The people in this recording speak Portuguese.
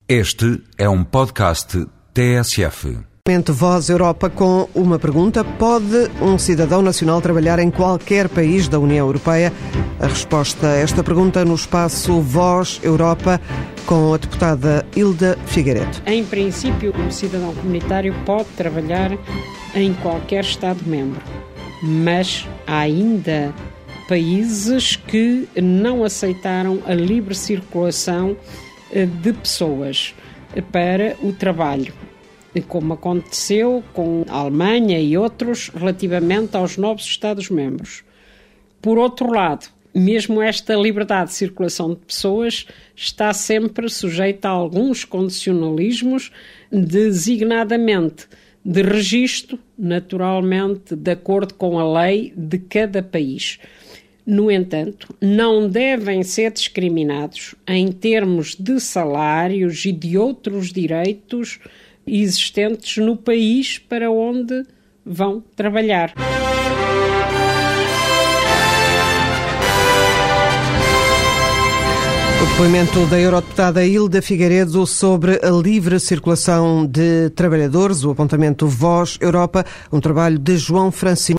Este é um podcast TSF. Voz Europa com uma pergunta: pode um cidadão nacional trabalhar em qualquer país da União Europeia? A resposta a esta pergunta no espaço Voz Europa com a deputada Hilda Figueiredo. Em princípio, um cidadão comunitário pode trabalhar em qualquer Estado-membro, mas há ainda países que não aceitaram a livre circulação de pessoas para o trabalho, como aconteceu com a Alemanha e outros relativamente aos novos Estados-membros. Por outro lado, mesmo esta liberdade de circulação de pessoas está sempre sujeita a alguns condicionalismos, designadamente de registro, naturalmente de acordo com a lei de cada país. No entanto, não devem ser discriminados em termos de salários e de outros direitos existentes no país para onde vão trabalhar. O depoimento da eurodeputada Hilda Figueiredo sobre a livre circulação de trabalhadores, o apontamento Voz Europa, um trabalho de João Francino.